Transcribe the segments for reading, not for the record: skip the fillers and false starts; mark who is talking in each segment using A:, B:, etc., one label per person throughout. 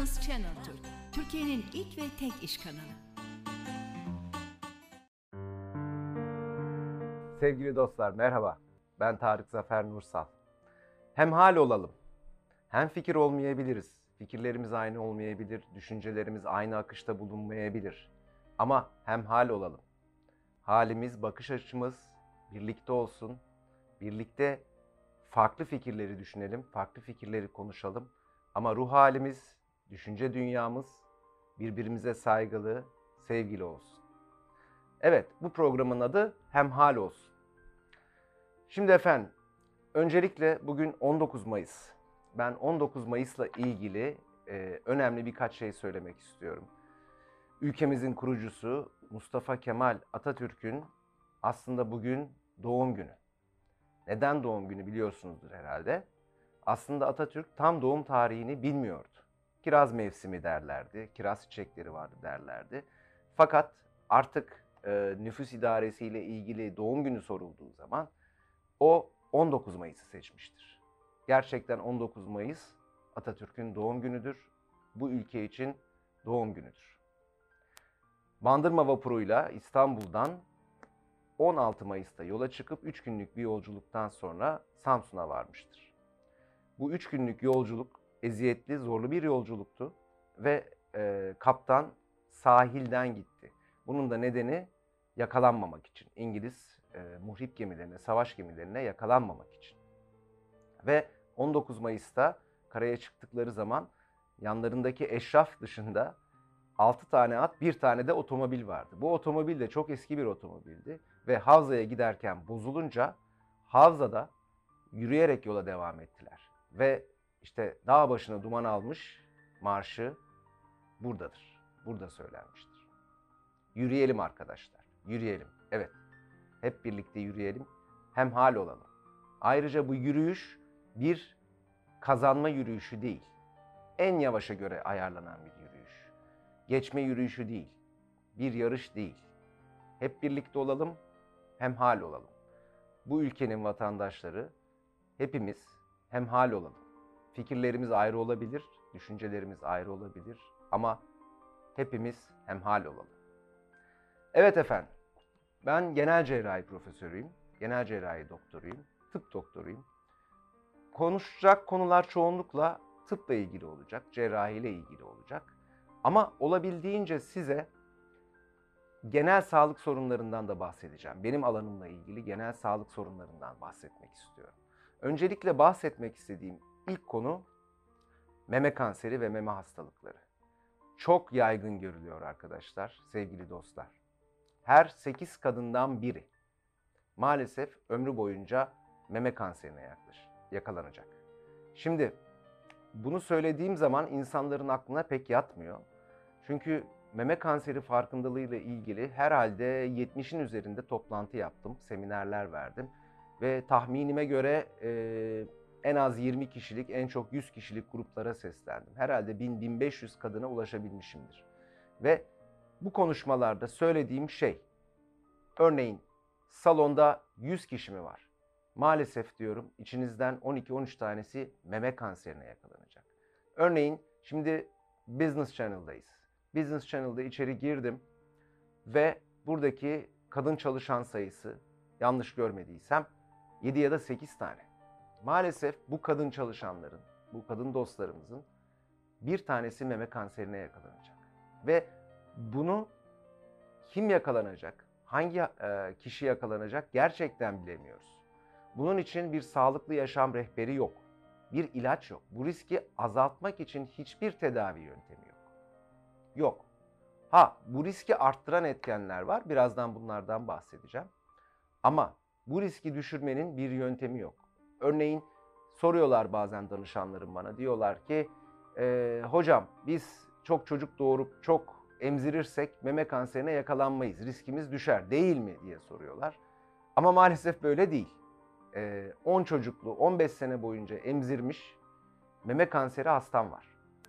A: Business Channel Türk, Türkiye'nin ilk ve tek iş kanalı.
B: Sevgili dostlar merhaba, ben Tarık Zafer Nursal. Hemhal olalım, hem fikir olmayabiliriz, fikirlerimiz aynı olmayabilir, düşüncelerimiz aynı akışta bulunmayabilir. Ama hemhal olalım. Halimiz, bakış açımız birlikte olsun, birlikte farklı fikirleri düşünelim, farklı fikirleri konuşalım. Ama ruh halimiz, düşünce dünyamız birbirimize saygılı, sevgili olsun. Evet, bu programın adı Hemhal olsun. Şimdi efendim, öncelikle bugün 19 Mayıs. Ben 19 Mayıs'la ilgili önemli birkaç şey söylemek istiyorum. Ülkemizin kurucusu Mustafa Kemal Atatürk'ün aslında bugün doğum günü. Neden doğum günü biliyorsunuzdur herhalde. Aslında Atatürk tam doğum tarihini bilmiyordu. Kiraz mevsimi derlerdi, kiraz çiçekleri vardı derlerdi. Fakat artık nüfus idaresiyle ilgili doğum günü sorulduğu zaman o 19 Mayıs'ı seçmiştir. Gerçekten 19 Mayıs Atatürk'ün doğum günüdür. Bu ülke için doğum günüdür. Bandırma vapuruyla İstanbul'dan 16 Mayıs'ta yola çıkıp 3 günlük bir yolculuktan sonra Samsun'a varmıştır. Bu 3 günlük yolculuk eziyetli, zorlu bir yolculuktu ve kaptan sahilden gitti. Bunun da nedeni yakalanmamak için. İngiliz muhrip gemilerine, savaş gemilerine yakalanmamak için. Ve 19 Mayıs'ta karaya çıktıkları zaman yanlarındaki eşraf dışında 6 tane at, 1 tane de otomobil vardı. Bu otomobil de çok eski bir otomobildi ve Havza'ya giderken bozulunca Havza'da yürüyerek yola devam ettiler. Ve işte dağ başına duman almış marşı buradadır. Burada söylenmiştir. Yürüyelim arkadaşlar, yürüyelim. Evet, hep birlikte yürüyelim, hemhal olalım. Ayrıca bu yürüyüş bir kazanma yürüyüşü değil. En yavaşa göre ayarlanan bir yürüyüş. Geçme yürüyüşü değil. Bir yarış değil. Hep birlikte olalım, hemhal olalım. Bu ülkenin vatandaşları hepimiz hemhal olalım. Fikirlerimiz ayrı olabilir, düşüncelerimiz ayrı olabilir ama hepimiz hemhal olalım. Evet efendim, ben genel cerrahi profesörüyüm, genel cerrahi doktoruyum, tıp doktoruyum. Konuşacak konular çoğunlukla tıpla ilgili olacak, cerrahiyle ilgili olacak. Ama olabildiğince size genel sağlık sorunlarından da bahsedeceğim. Benim alanımla ilgili genel sağlık sorunlarından bahsetmek istiyorum. Öncelikle bahsetmek istediğim ilk konu meme kanseri ve meme hastalıkları. Çok yaygın görülüyor arkadaşlar, sevgili dostlar. Her 8 kadından biri maalesef ömrü boyunca meme kanserine yakalanacak. Şimdi bunu söylediğim zaman insanların aklına pek yatmıyor. Çünkü meme kanseri farkındalığıyla ilgili herhalde 70'in üzerinde toplantı yaptım, seminerler verdim. Ve tahminime göre en az 20 kişilik, en çok 100 kişilik gruplara seslendim. Herhalde 1000-1500 kadına ulaşabilmişimdir. Ve bu konuşmalarda söylediğim şey, örneğin salonda 100 kişi mi var? Maalesef diyorum içinizden 12-13 tanesi meme kanserine yakalanacak. Örneğin şimdi Business Channel'dayız. Business Channel'da içeri girdim ve buradaki kadın çalışan sayısı yanlış görmediysem 7 ya da 8 tane. Maalesef bu kadın çalışanların, bu kadın dostlarımızın bir tanesi meme kanserine yakalanacak. Ve bunu kim yakalanacak, hangi kişi yakalanacak gerçekten bilemiyoruz. Bunun için bir sağlıklı yaşam rehberi yok. Bir ilaç yok. Bu riski azaltmak için hiçbir tedavi yöntemi yok. Yok. Bu riski arttıran etkenler var. Birazdan bunlardan bahsedeceğim. Ama bu riski düşürmenin bir yöntemi yok. Örneğin soruyorlar bazen danışanlarım bana. Diyorlar ki hocam biz çok çocuk doğurup çok emzirirsek meme kanserine yakalanmayız. Riskimiz düşer değil mi diye soruyorlar. Ama maalesef böyle değil. 10 çocuklu 15 sene boyunca emzirmiş meme kanseri hastam var.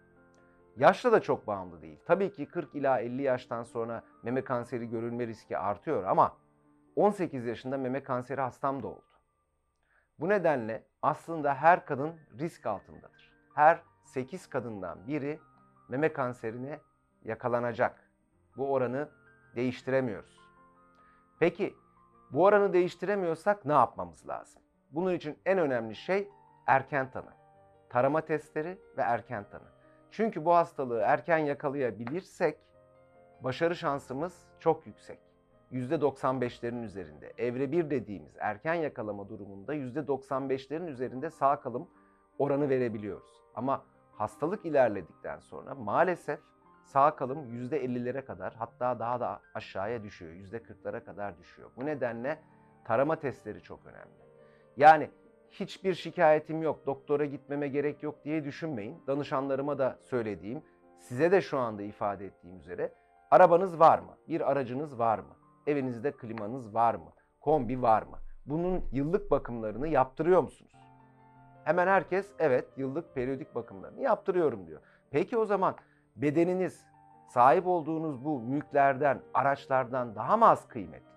B: Yaşla da çok bağımlı değil. Tabii ki 40 ila 50 yaştan sonra meme kanseri görülme riski artıyor ama 18 yaşında meme kanseri hastam da oldu. Bu nedenle aslında her kadın risk altındadır. Her 8 kadından biri meme kanserine yakalanacak. Bu oranı değiştiremiyoruz. Peki bu oranı değiştiremiyorsak ne yapmamız lazım? Bunun için en önemli şey erken tanı. Tarama testleri ve erken tanı. Çünkü bu hastalığı erken yakalayabilirsek başarı şansımız çok yüksek. %95'lerin üzerinde. Evre 1 dediğimiz erken yakalama durumunda %95'lerin üzerinde sağ kalım oranı verebiliyoruz. Ama hastalık ilerledikten sonra maalesef sağ kalım %50'lere kadar, hatta daha da aşağıya düşüyor. %40'lara kadar düşüyor. Bu nedenle tarama testleri çok önemli. Yani hiçbir şikayetim yok, doktora gitmeme gerek yok diye düşünmeyin. Danışanlarıma da söylediğim, size de şu anda ifade ettiğim üzere arabanız var mı? Bir aracınız var mı? Evinizde klimanız var mı? Kombi var mı? Bunun yıllık bakımlarını yaptırıyor musunuz? Hemen herkes evet yıllık periyodik bakımlarını yaptırıyorum diyor. Peki o zaman bedeniniz sahip olduğunuz bu mülklerden, araçlardan daha mı az kıymetli?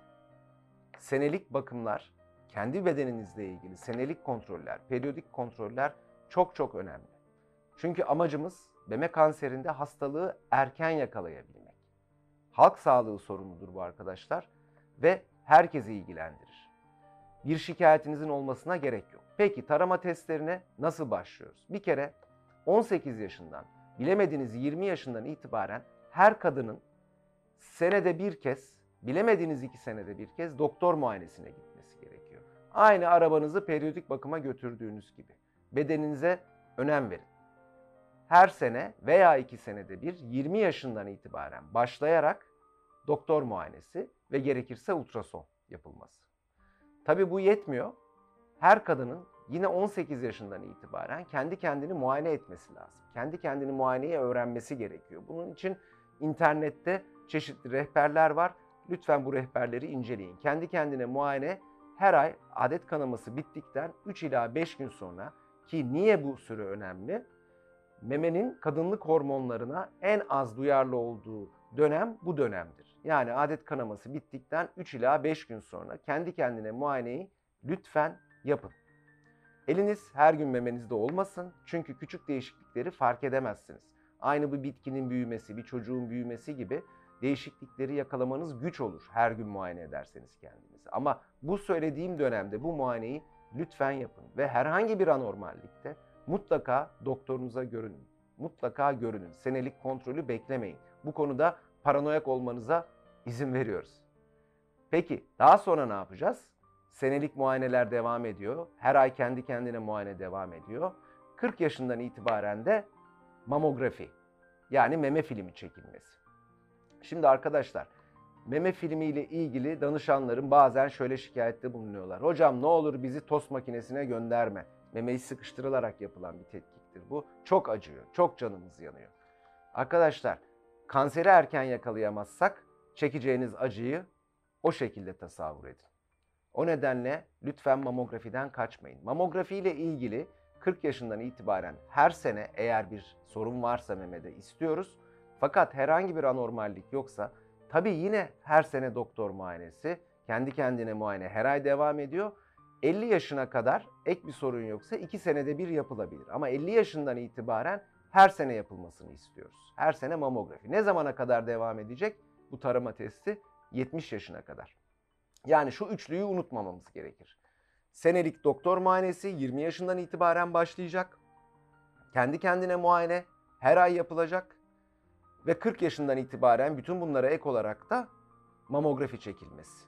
B: Senelik bakımlar, kendi bedeninizle ilgili senelik kontroller, periyodik kontroller çok önemli. Çünkü amacımız meme kanserinde hastalığı erken yakalayabilmek. Halk sağlığı sorunudur bu arkadaşlar ve herkesi ilgilendirir. Bir şikayetinizin olmasına gerek yok. Peki tarama testlerine nasıl başlıyoruz? Bir kere 18 yaşından, bilemediğiniz 20 yaşından itibaren her kadının senede bir kez, bilemediğiniz 2 senede bir kez doktor muayenesine gitmesi gerekiyor. Aynı arabanızı periyodik bakıma götürdüğünüz gibi. Bedeninize önem verin. Her sene veya 2 senede bir 20 yaşından itibaren başlayarak doktor muayenesi ve gerekirse ultrason yapılması. Tabii bu yetmiyor. Her kadının yine 18 yaşından itibaren kendi kendini muayene etmesi lazım. Kendi kendini muayeneyi öğrenmesi gerekiyor. Bunun için internette çeşitli rehberler var. Lütfen bu rehberleri inceleyin. Kendi kendine muayene her ay adet kanaması bittikten 3 ila 5 gün sonra, ki niye bu süre önemli? Memenin kadınlık hormonlarına en az duyarlı olduğu dönem bu dönemdir. Yani adet kanaması bittikten 3 ila 5 gün sonra kendi kendine muayeneyi lütfen yapın. Eliniz her gün memenizde olmasın çünkü küçük değişiklikleri fark edemezsiniz. Aynı bir bitkinin büyümesi, bir çocuğun büyümesi gibi değişiklikleri yakalamanız güç olur her gün muayene ederseniz kendinizi. Ama bu söylediğim dönemde bu muayeneyi lütfen yapın ve herhangi bir anormallikte mutlaka doktorunuza görünün. Mutlaka görünün. Senelik kontrolü beklemeyin. Bu konuda paranoyak olmanıza izin veriyoruz. Peki daha sonra ne yapacağız? Senelik muayeneler devam ediyor. Her ay kendi kendine muayene devam ediyor. 40 yaşından itibaren de mamografi, yani meme filmi çekilmesi. Şimdi arkadaşlar, meme filmiyle ilgili danışanlarım bazen şöyle şikayette bulunuyorlar. Hocam ne olur bizi tost makinesine gönderme. Memeyi sıkıştırılarak yapılan bir tetkiktir bu. Çok acıyor, çok canımız yanıyor. Arkadaşlar, kanseri erken yakalayamazsak çekeceğiniz acıyı o şekilde tasavvur edin. O nedenle lütfen mamografiden kaçmayın. Mamografi ile ilgili 40 yaşından itibaren her sene eğer bir sorun varsa memede istiyoruz. Fakat herhangi bir anormallik yoksa tabii yine her sene doktor muayenesi, kendi kendine muayene her ay devam ediyor. 50 yaşına kadar ek bir sorun yoksa 2 senede bir yapılabilir. Ama 50 yaşından itibaren her sene yapılmasını istiyoruz. Her sene mamografi. Ne zamana kadar devam edecek bu tarama testi? 70 yaşına kadar. Yani şu üçlüyü unutmamamız gerekir. Senelik doktor muayenesi 20 yaşından itibaren başlayacak. Kendi kendine muayene her ay yapılacak. Ve 40 yaşından itibaren bütün bunlara ek olarak da mamografi çekilmesi.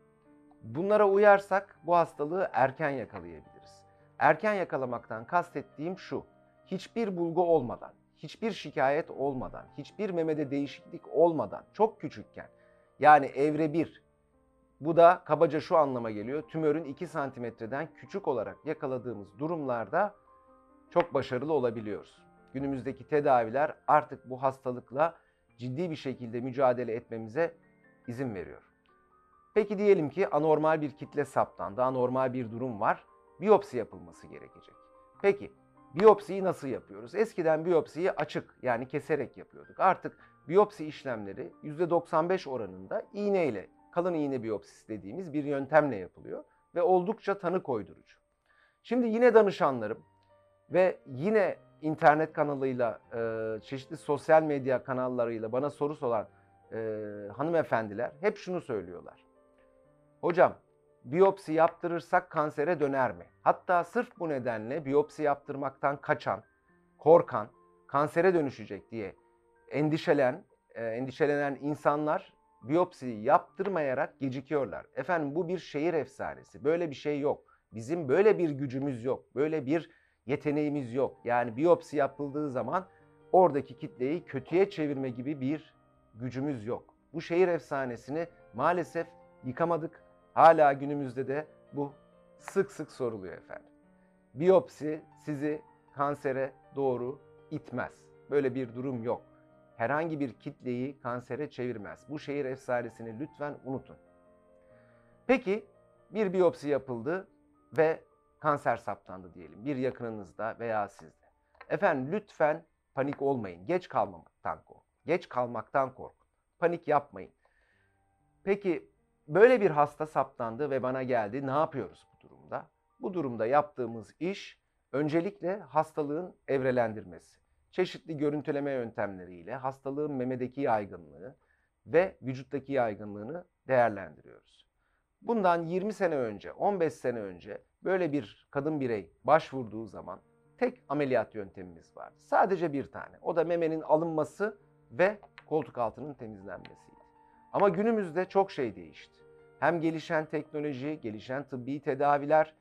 B: Bunlara uyarsak bu hastalığı erken yakalayabiliriz. Erken yakalamaktan kastettiğim şu: hiçbir bulgu olmadan, hiçbir şikayet olmadan, hiçbir memede değişiklik olmadan, çok küçükken, yani evre 1, bu da kabaca şu anlama geliyor: tümörün 2 santimetreden küçük olarak yakaladığımız durumlarda çok başarılı olabiliyoruz. Günümüzdeki tedaviler artık bu hastalıkla ciddi bir şekilde mücadele etmemize izin veriyor. Peki diyelim ki anormal bir kitle saptandı, anormal bir durum var, biyopsi yapılması gerekecek. Peki biyopsiyi nasıl yapıyoruz? Eskiden biyopsiyi açık, yani keserek yapıyorduk. Artık biyopsi işlemleri %95 oranında iğneyle, kalın iğne biyopsisi dediğimiz bir yöntemle yapılıyor ve oldukça tanı koydurucu. Şimdi yine danışanlarım ve yine internet kanalıyla, çeşitli sosyal medya kanallarıyla bana soru soran hanımefendiler hep şunu söylüyorlar. Hocam, biyopsi yaptırırsak kansere döner mi? Hatta sırf bu nedenle biyopsi yaptırmaktan kaçan, korkan, kansere dönüşecek diye endişelenen insanlar biyopsiyi yaptırmayarak gecikiyorlar. Efendim bu bir şehir efsanesi. Böyle bir şey yok. Bizim böyle bir gücümüz yok. Böyle bir yeteneğimiz yok. Yani biyopsi yapıldığı zaman oradaki kitleyi kötüye çevirme gibi bir gücümüz yok. Bu şehir efsanesini maalesef yıkamadık. Hala günümüzde de bu sık sık soruluyor efendim. Biyopsi sizi kansere doğru itmez. Böyle bir durum yok. Herhangi bir kitleyi kansere çevirmez. Bu şehir efsanesini lütfen unutun. Peki bir biyopsi yapıldı ve kanser saptandı diyelim. Bir yakınınızda veya sizde. Efendim lütfen panik olmayın. Geç kalmaktan korkun. Geç kalmaktan korkun. Panik yapmayın. Peki böyle bir hasta saptandı ve bana geldi. Ne yapıyoruz bu durumda? Bu durumda yaptığımız iş öncelikle hastalığın evrelendirmesi. Çeşitli görüntüleme yöntemleriyle hastalığın memedeki yaygınlığı ve vücuttaki yaygınlığını değerlendiriyoruz. Bundan 20 sene önce, 15 sene önce böyle bir kadın birey başvurduğu zaman tek ameliyat yöntemimiz vardı. Sadece bir tane. O da memenin alınması ve koltuk altının temizlenmesiydi. Ama günümüzde çok şey değişti. Hem gelişen teknoloji, gelişen tıbbi tedaviler,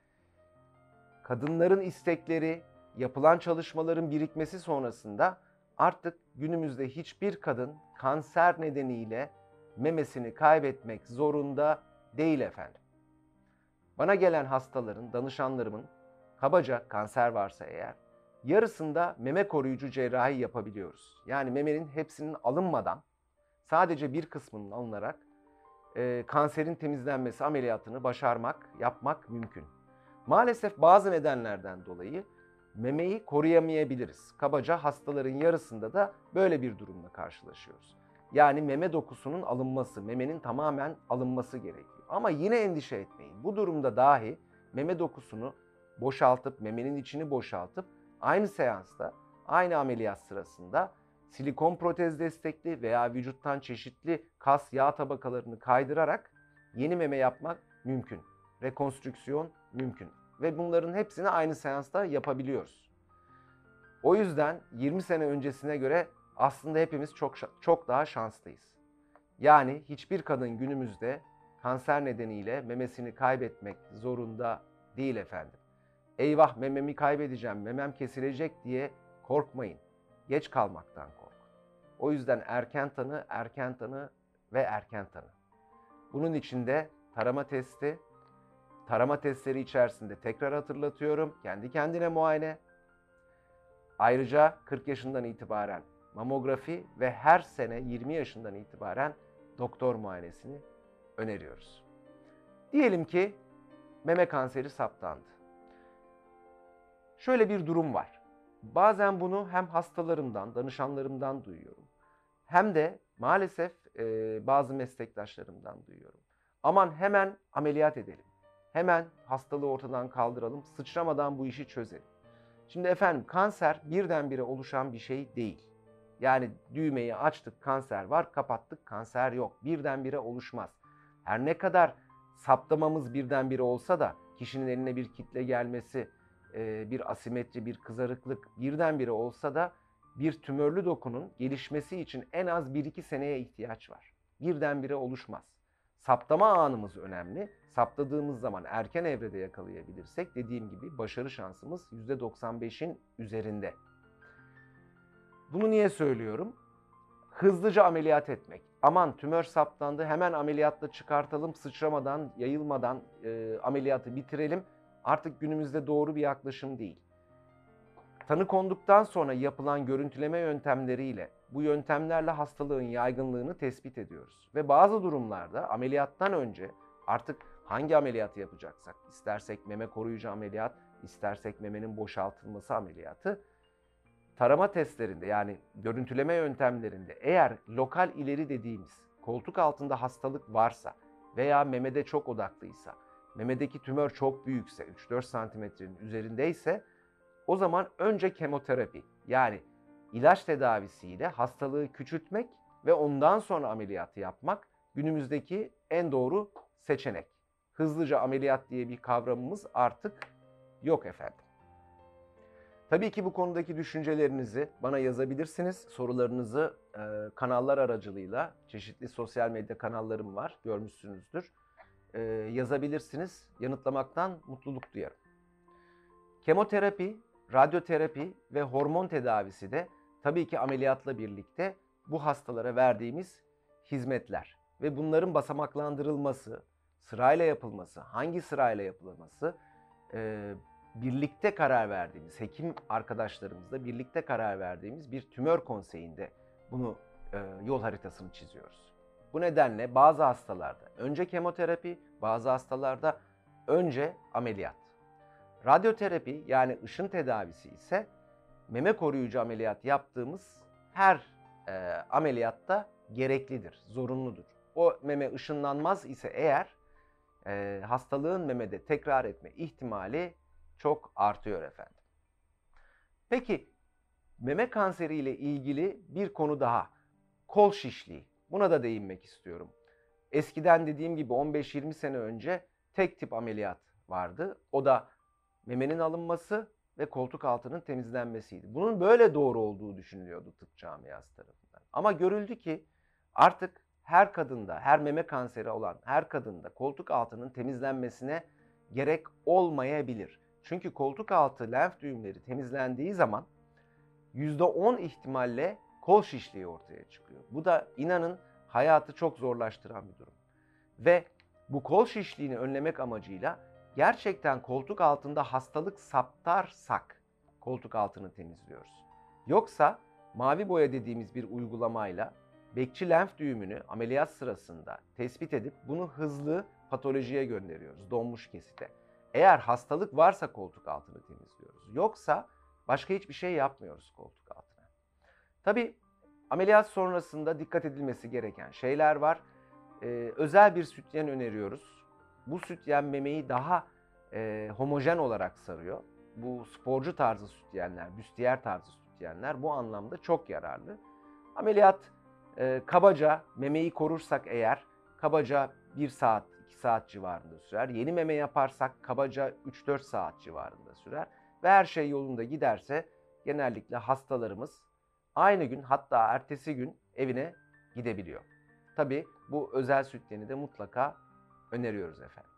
B: kadınların istekleri, yapılan çalışmaların birikmesi sonrasında artık günümüzde hiçbir kadın kanser nedeniyle memesini kaybetmek zorunda değil efendim. Bana gelen hastaların, danışanlarımın kabaca kanser varsa eğer yarısında meme koruyucu cerrahi yapabiliyoruz. Yani memenin hepsinin alınmadan sadece bir kısmının alınarak kanserin temizlenmesi ameliyatını yapmak mümkün. Maalesef bazı nedenlerden dolayı memeyi koruyamayabiliriz. Kabaca hastaların yarısında da böyle bir durumla karşılaşıyoruz. Yani meme dokusunun alınması, memenin tamamen alınması gerekiyor. Ama yine endişe etmeyin. Bu durumda dahi meme dokusunu boşaltıp, memenin içini boşaltıp aynı seansta, aynı ameliyat sırasında silikon protez destekli veya vücuttan çeşitli kas, yağ tabakalarını kaydırarak yeni meme yapmak mümkün. Rekonstrüksiyon mümkün. Ve bunların hepsini aynı seansta yapabiliyoruz. O yüzden 20 sene öncesine göre aslında hepimiz çok daha şanslıyız. Yani hiçbir kadın günümüzde kanser nedeniyle memesini kaybetmek zorunda değil efendim. Eyvah mememi kaybedeceğim, memem kesilecek diye korkmayın. Geç kalmaktan korkun. O yüzden erken tanı, erken tanı ve erken tanı. Bunun için de tarama testleri içerisinde tekrar hatırlatıyorum. Kendi kendine muayene. Ayrıca 40 yaşından itibaren mamografi ve her sene 20 yaşından itibaren doktor muayenesini öneriyoruz. Diyelim ki meme kanseri saptandı. Şöyle bir durum var. Bazen bunu hem hastalarımdan, danışanlarımdan duyuyorum. Hem de maalesef bazı meslektaşlarımdan duyuyorum. Aman hemen ameliyat edelim. Hemen hastalığı ortadan kaldıralım, sıçramadan bu işi çözelim. Şimdi efendim kanser birdenbire oluşan bir şey değil. Yani düğmeyi açtık kanser var, kapattık kanser yok. Birdenbire oluşmaz. Her ne kadar saptamamız birdenbire olsa da kişinin eline bir kitle gelmesi, bir asimetri, bir kızarıklık birdenbire olsa da bir tümörlü dokunun gelişmesi için en az 1-2 seneye ihtiyaç var. Birdenbire oluşmaz. Saptama anımız önemli. Saptadığımız zaman erken evrede yakalayabilirsek dediğim gibi başarı şansımız %95'in üzerinde. Bunu niye söylüyorum? Hızlıca ameliyat etmek. Aman tümör saptandı hemen ameliyatla çıkartalım, sıçramadan, yayılmadan ameliyatı bitirelim. Artık günümüzde doğru bir yaklaşım değil. Tanı konduktan sonra yapılan görüntüleme yöntemleriyle bu yöntemlerle hastalığın yaygınlığını tespit ediyoruz. Ve bazı durumlarda ameliyattan önce artık hangi ameliyatı yapacaksak, istersek meme koruyucu ameliyat, istersek memenin boşaltılması ameliyatı, tarama testlerinde yani görüntüleme yöntemlerinde eğer lokal ileri dediğimiz koltuk altında hastalık varsa veya memede çok odaklıysa, memedeki tümör çok büyükse, 3-4 santimetrenin üzerindeyse O zaman önce kemoterapi, yani ilaç tedavisiyle hastalığı küçültmek ve ondan sonra ameliyatı yapmak günümüzdeki en doğru seçenek. Hızlıca ameliyat diye bir kavramımız artık yok efendim. Tabii ki bu konudaki düşüncelerinizi bana yazabilirsiniz. Sorularınızı kanallar aracılığıyla, çeşitli sosyal medya kanallarım var, görmüşsünüzdür. Yazabilirsiniz. Yanıtlamaktan mutluluk duyarım. Kemoterapi, radyoterapi ve hormon tedavisi de tabii ki ameliyatla birlikte bu hastalara verdiğimiz hizmetler ve bunların basamaklandırılması, sırayla yapılması, hangi sırayla yapılması, birlikte karar verdiğimiz, hekim arkadaşlarımızla birlikte karar verdiğimiz bir tümör konseyinde bunu yol haritasını çiziyoruz. Bu nedenle bazı hastalarda önce kemoterapi, bazı hastalarda önce ameliyat. Radyoterapi yani ışın tedavisi ise meme koruyucu ameliyat yaptığımız her ameliyatta gereklidir, zorunludur. O meme ışınlanmaz ise eğer hastalığın memede tekrar etme ihtimali çok artıyor efendim. Peki meme kanseri ile ilgili bir konu daha. Kol şişliği. Buna da değinmek istiyorum. Eskiden dediğim gibi 15-20 sene önce tek tip ameliyat vardı. O da memenin alınması ve koltuk altının temizlenmesiydi. Bunun böyle doğru olduğu düşünülüyordu tıp camiası tarafından. Ama görüldü ki artık her kadında, her meme kanseri olan her kadında koltuk altının temizlenmesine gerek olmayabilir. Çünkü koltuk altı lenf düğümleri temizlendiği zaman %10 ihtimalle kol şişliği ortaya çıkıyor. Bu da inanın hayatı çok zorlaştıran bir durum. Ve bu kol şişliğini önlemek amacıyla gerçekten koltuk altında hastalık saptarsak koltuk altını temizliyoruz. Yoksa mavi boya dediğimiz bir uygulamayla bekçi lenf düğümünü ameliyat sırasında tespit edip bunu hızlı patolojiye gönderiyoruz, donmuş kesite. Eğer hastalık varsa koltuk altını temizliyoruz. Yoksa başka hiçbir şey yapmıyoruz koltuk altına. Tabii ameliyat sonrasında dikkat edilmesi gereken şeyler var. Özel bir sütyen öneriyoruz. Bu sütyen memeyi daha homojen olarak sarıyor. Bu sporcu tarzı sütyenler, büstiyer tarzı sütyenler bu anlamda çok yararlı. Ameliyat kabaca memeyi korursak eğer kabaca 1 saat, 2 saat civarında sürer. Yeni meme yaparsak kabaca 3-4 saat civarında sürer. Ve her şey yolunda giderse genellikle hastalarımız aynı gün hatta ertesi gün evine gidebiliyor. Tabii bu özel sütyeni de mutlaka öneriyoruz efendim.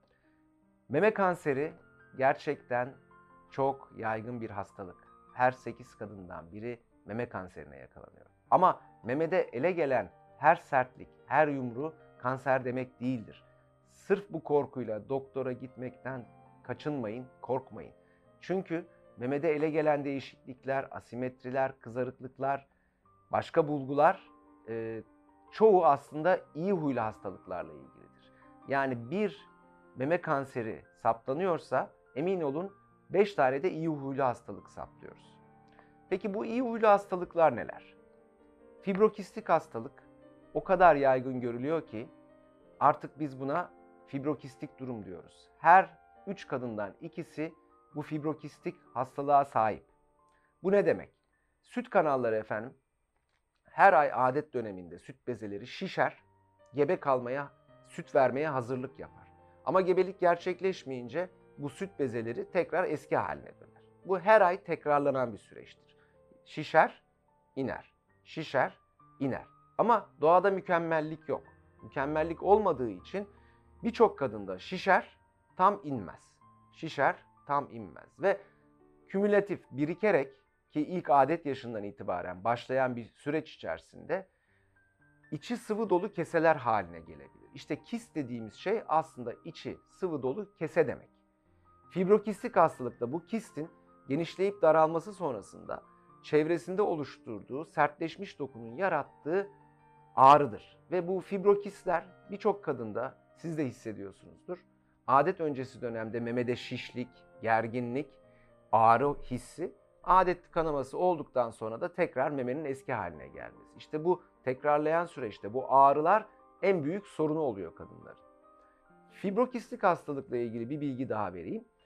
B: Meme kanseri gerçekten çok yaygın bir hastalık. Her 8 kadından biri meme kanserine yakalanıyor. Ama memede ele gelen her sertlik, her yumru kanser demek değildir. Sırf bu korkuyla doktora gitmekten kaçınmayın, korkmayın. Çünkü memede ele gelen değişiklikler, asimetriler, kızarıklıklar, başka bulgular çoğu aslında iyi huylu hastalıklarla ilgilidir. Yani bir meme kanseri saptanıyorsa emin olun 5 tane de iyi huylu hastalık saplıyoruz. Peki bu iyi huylu hastalıklar neler? Fibrokistik hastalık o kadar yaygın görülüyor ki artık biz buna fibrokistik durum diyoruz. Her 3 kadından ikisi bu fibrokistik hastalığa sahip. Bu ne demek? Süt kanalları efendim her ay adet döneminde süt bezeleri şişer, gebe kalmaya, süt vermeye hazırlık yapar. Ama gebelik gerçekleşmeyince bu süt bezeleri tekrar eski haline döner. Bu her ay tekrarlanan bir süreçtir. Şişer, iner. Şişer, iner. Ama doğada mükemmellik yok. Mükemmellik olmadığı için birçok kadında şişer, tam inmez. Şişer, tam inmez. Ve kümülatif birikerek ki ilk adet yaşından itibaren başlayan bir süreç içerisinde içi sıvı dolu keseler haline gelebilir. İşte kist dediğimiz şey aslında içi sıvı dolu kese demek. Fibrokistik hastalıkta bu kistin genişleyip daralması sonrasında çevresinde oluşturduğu sertleşmiş dokunun yarattığı ağrıdır. Ve bu fibrokistler birçok kadında siz de hissediyorsunuzdur. Adet öncesi dönemde memede şişlik, gerginlik, ağrı hissi, adet kanaması olduktan sonra da tekrar memenin eski haline gelmesi. İşte bu tekrarlayan süreçte bu ağrılar en büyük sorunu oluyor kadınların. Fibrokistik hastalıkla ilgili bir bilgi daha vereyim.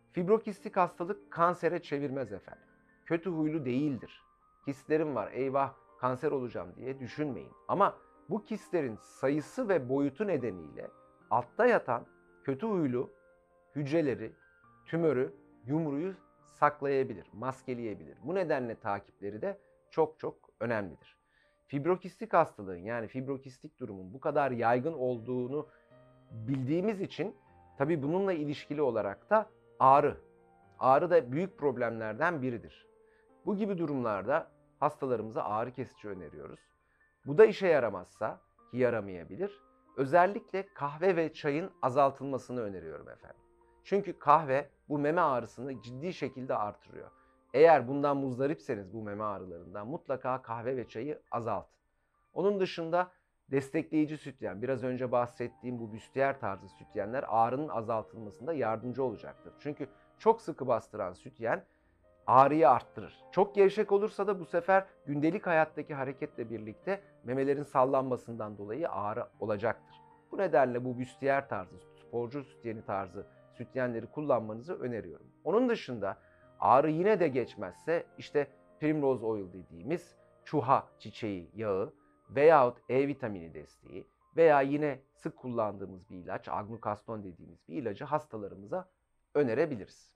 B: Fibrokistik hastalık kansere çevirmez efendim. Kötü huylu değildir. Kistlerim var, eyvah kanser olacağım diye düşünmeyin. Ama bu kistlerin sayısı ve boyutu nedeniyle altta yatan kötü huylu hücreleri, tümörü, yumruyu saklayabilir, maskeleyebilir. Bu nedenle takipleri de çok çok önemlidir. Fibrokistik hastalığın yani fibrokistik durumun bu kadar yaygın olduğunu bildiğimiz için tabii bununla ilişkili olarak da ağrı. Ağrı da büyük problemlerden biridir. Bu gibi durumlarda hastalarımıza ağrı kesici öneriyoruz. Bu da işe yaramazsa, ki yaramayabilir, özellikle kahve ve çayın azaltılmasını öneriyorum efendim. Çünkü kahve bu meme ağrısını ciddi şekilde artırıyor. Eğer bundan muzdaripseniz bu meme ağrılarından mutlaka kahve ve çayı azaltın. Onun dışında destekleyici sütyen, biraz önce bahsettiğim bu büstiyer tarzı sütyenler ağrının azaltılmasında yardımcı olacaktır. Çünkü çok sıkı bastıran sütyen ağrıyı arttırır. Çok gevşek olursa da bu sefer gündelik hayattaki hareketle birlikte memelerin sallanmasından dolayı ağrı olacaktır. Bu nedenle bu büstiyer tarzı, sporcu sütyeni tarzı sütyenleri kullanmanızı öneriyorum. Onun dışında ağrı yine de geçmezse işte Primrose Oil dediğimiz çuha çiçeği yağı veyahut E vitamini desteği veya yine sık kullandığımız bir ilaç, Agnukaston dediğimiz bir ilacı hastalarımıza önerebiliriz.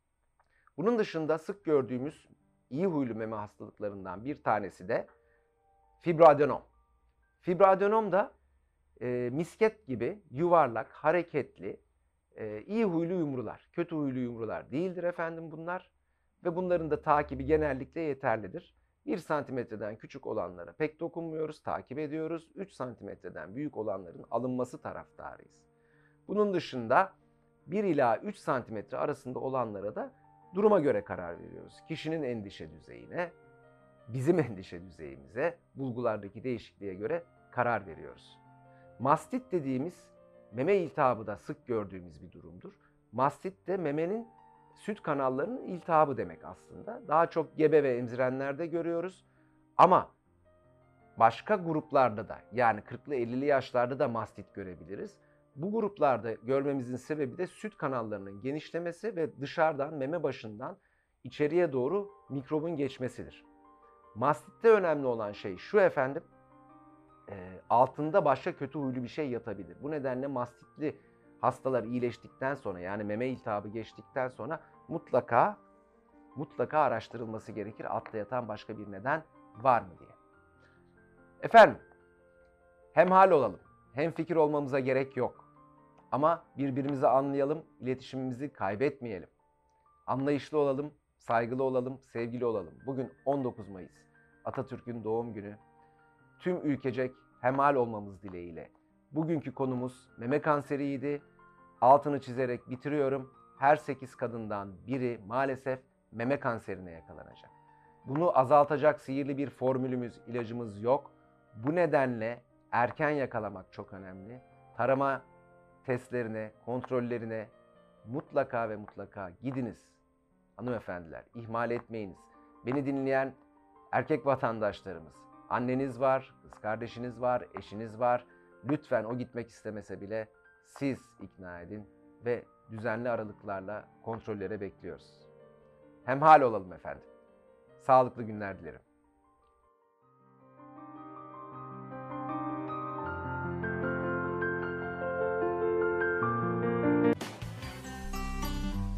B: Bunun dışında sık gördüğümüz iyi huylu meme hastalıklarından bir tanesi de fibroadenom. Fibroadenom da misket gibi yuvarlak, hareketli, iyi huylu yumrular, kötü huylu yumrular değildir efendim bunlar. Ve bunların da takibi genellikle yeterlidir. 1 santimetreden küçük olanlara pek dokunmuyoruz, takip ediyoruz. 3 santimetreden büyük olanların alınması taraftarıyız. Bunun dışında 1 ila 3 santimetre arasında olanlara da duruma göre karar veriyoruz. Kişinin endişe düzeyine, bizim endişe düzeyimize, bulgulardaki değişikliğe göre karar veriyoruz. Mastit dediğimiz meme iltihabı da sık gördüğümüz bir durumdur. Mastit de memenin süt kanallarının iltihabı demek aslında. Daha çok gebe ve emzirenlerde görüyoruz. Ama başka gruplarda da yani 40'lı 50'li yaşlarda da mastit görebiliriz. Bu gruplarda görmemizin sebebi de süt kanallarının genişlemesi ve dışarıdan meme başından içeriye doğru mikrobun geçmesidir. Mastitte önemli olan şey şu efendim, altında başka kötü huylu bir şey yatabilir. Bu nedenle mastitli hastalar iyileştikten sonra yani meme iltihabı geçtikten sonra mutlaka araştırılması gerekir. Altta yatan başka bir neden var mı diye. Efendim, hemhal olalım. Hemfikir olmamıza gerek yok. Ama birbirimizi anlayalım, iletişimimizi kaybetmeyelim. Anlayışlı olalım, saygılı olalım, sevgili olalım. Bugün 19 Mayıs, Atatürk'ün doğum günü. Tüm ülkecek hemhal olmamız dileğiyle. Bugünkü konumuz meme kanseriydi. Altını çizerek bitiriyorum. Her 8 kadından biri maalesef meme kanserine yakalanacak. Bunu azaltacak sihirli bir formülümüz, ilacımız yok. Bu nedenle erken yakalamak çok önemli. Tarama testlerine, kontrollerine mutlaka ve mutlaka gidiniz. Hanımefendiler, ihmal etmeyiniz. Beni dinleyen erkek vatandaşlarımız, anneniz var, kız kardeşiniz var, eşiniz var. Lütfen o gitmek istemese bile siz ikna edin ve düzenli aralıklarla kontrollere bekliyoruz. Hemhal olalım efendim. Sağlıklı günler dilerim.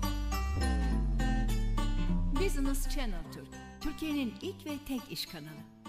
A: Business Channel Türk, Türkiye'nin ilk ve tek iş kanalı.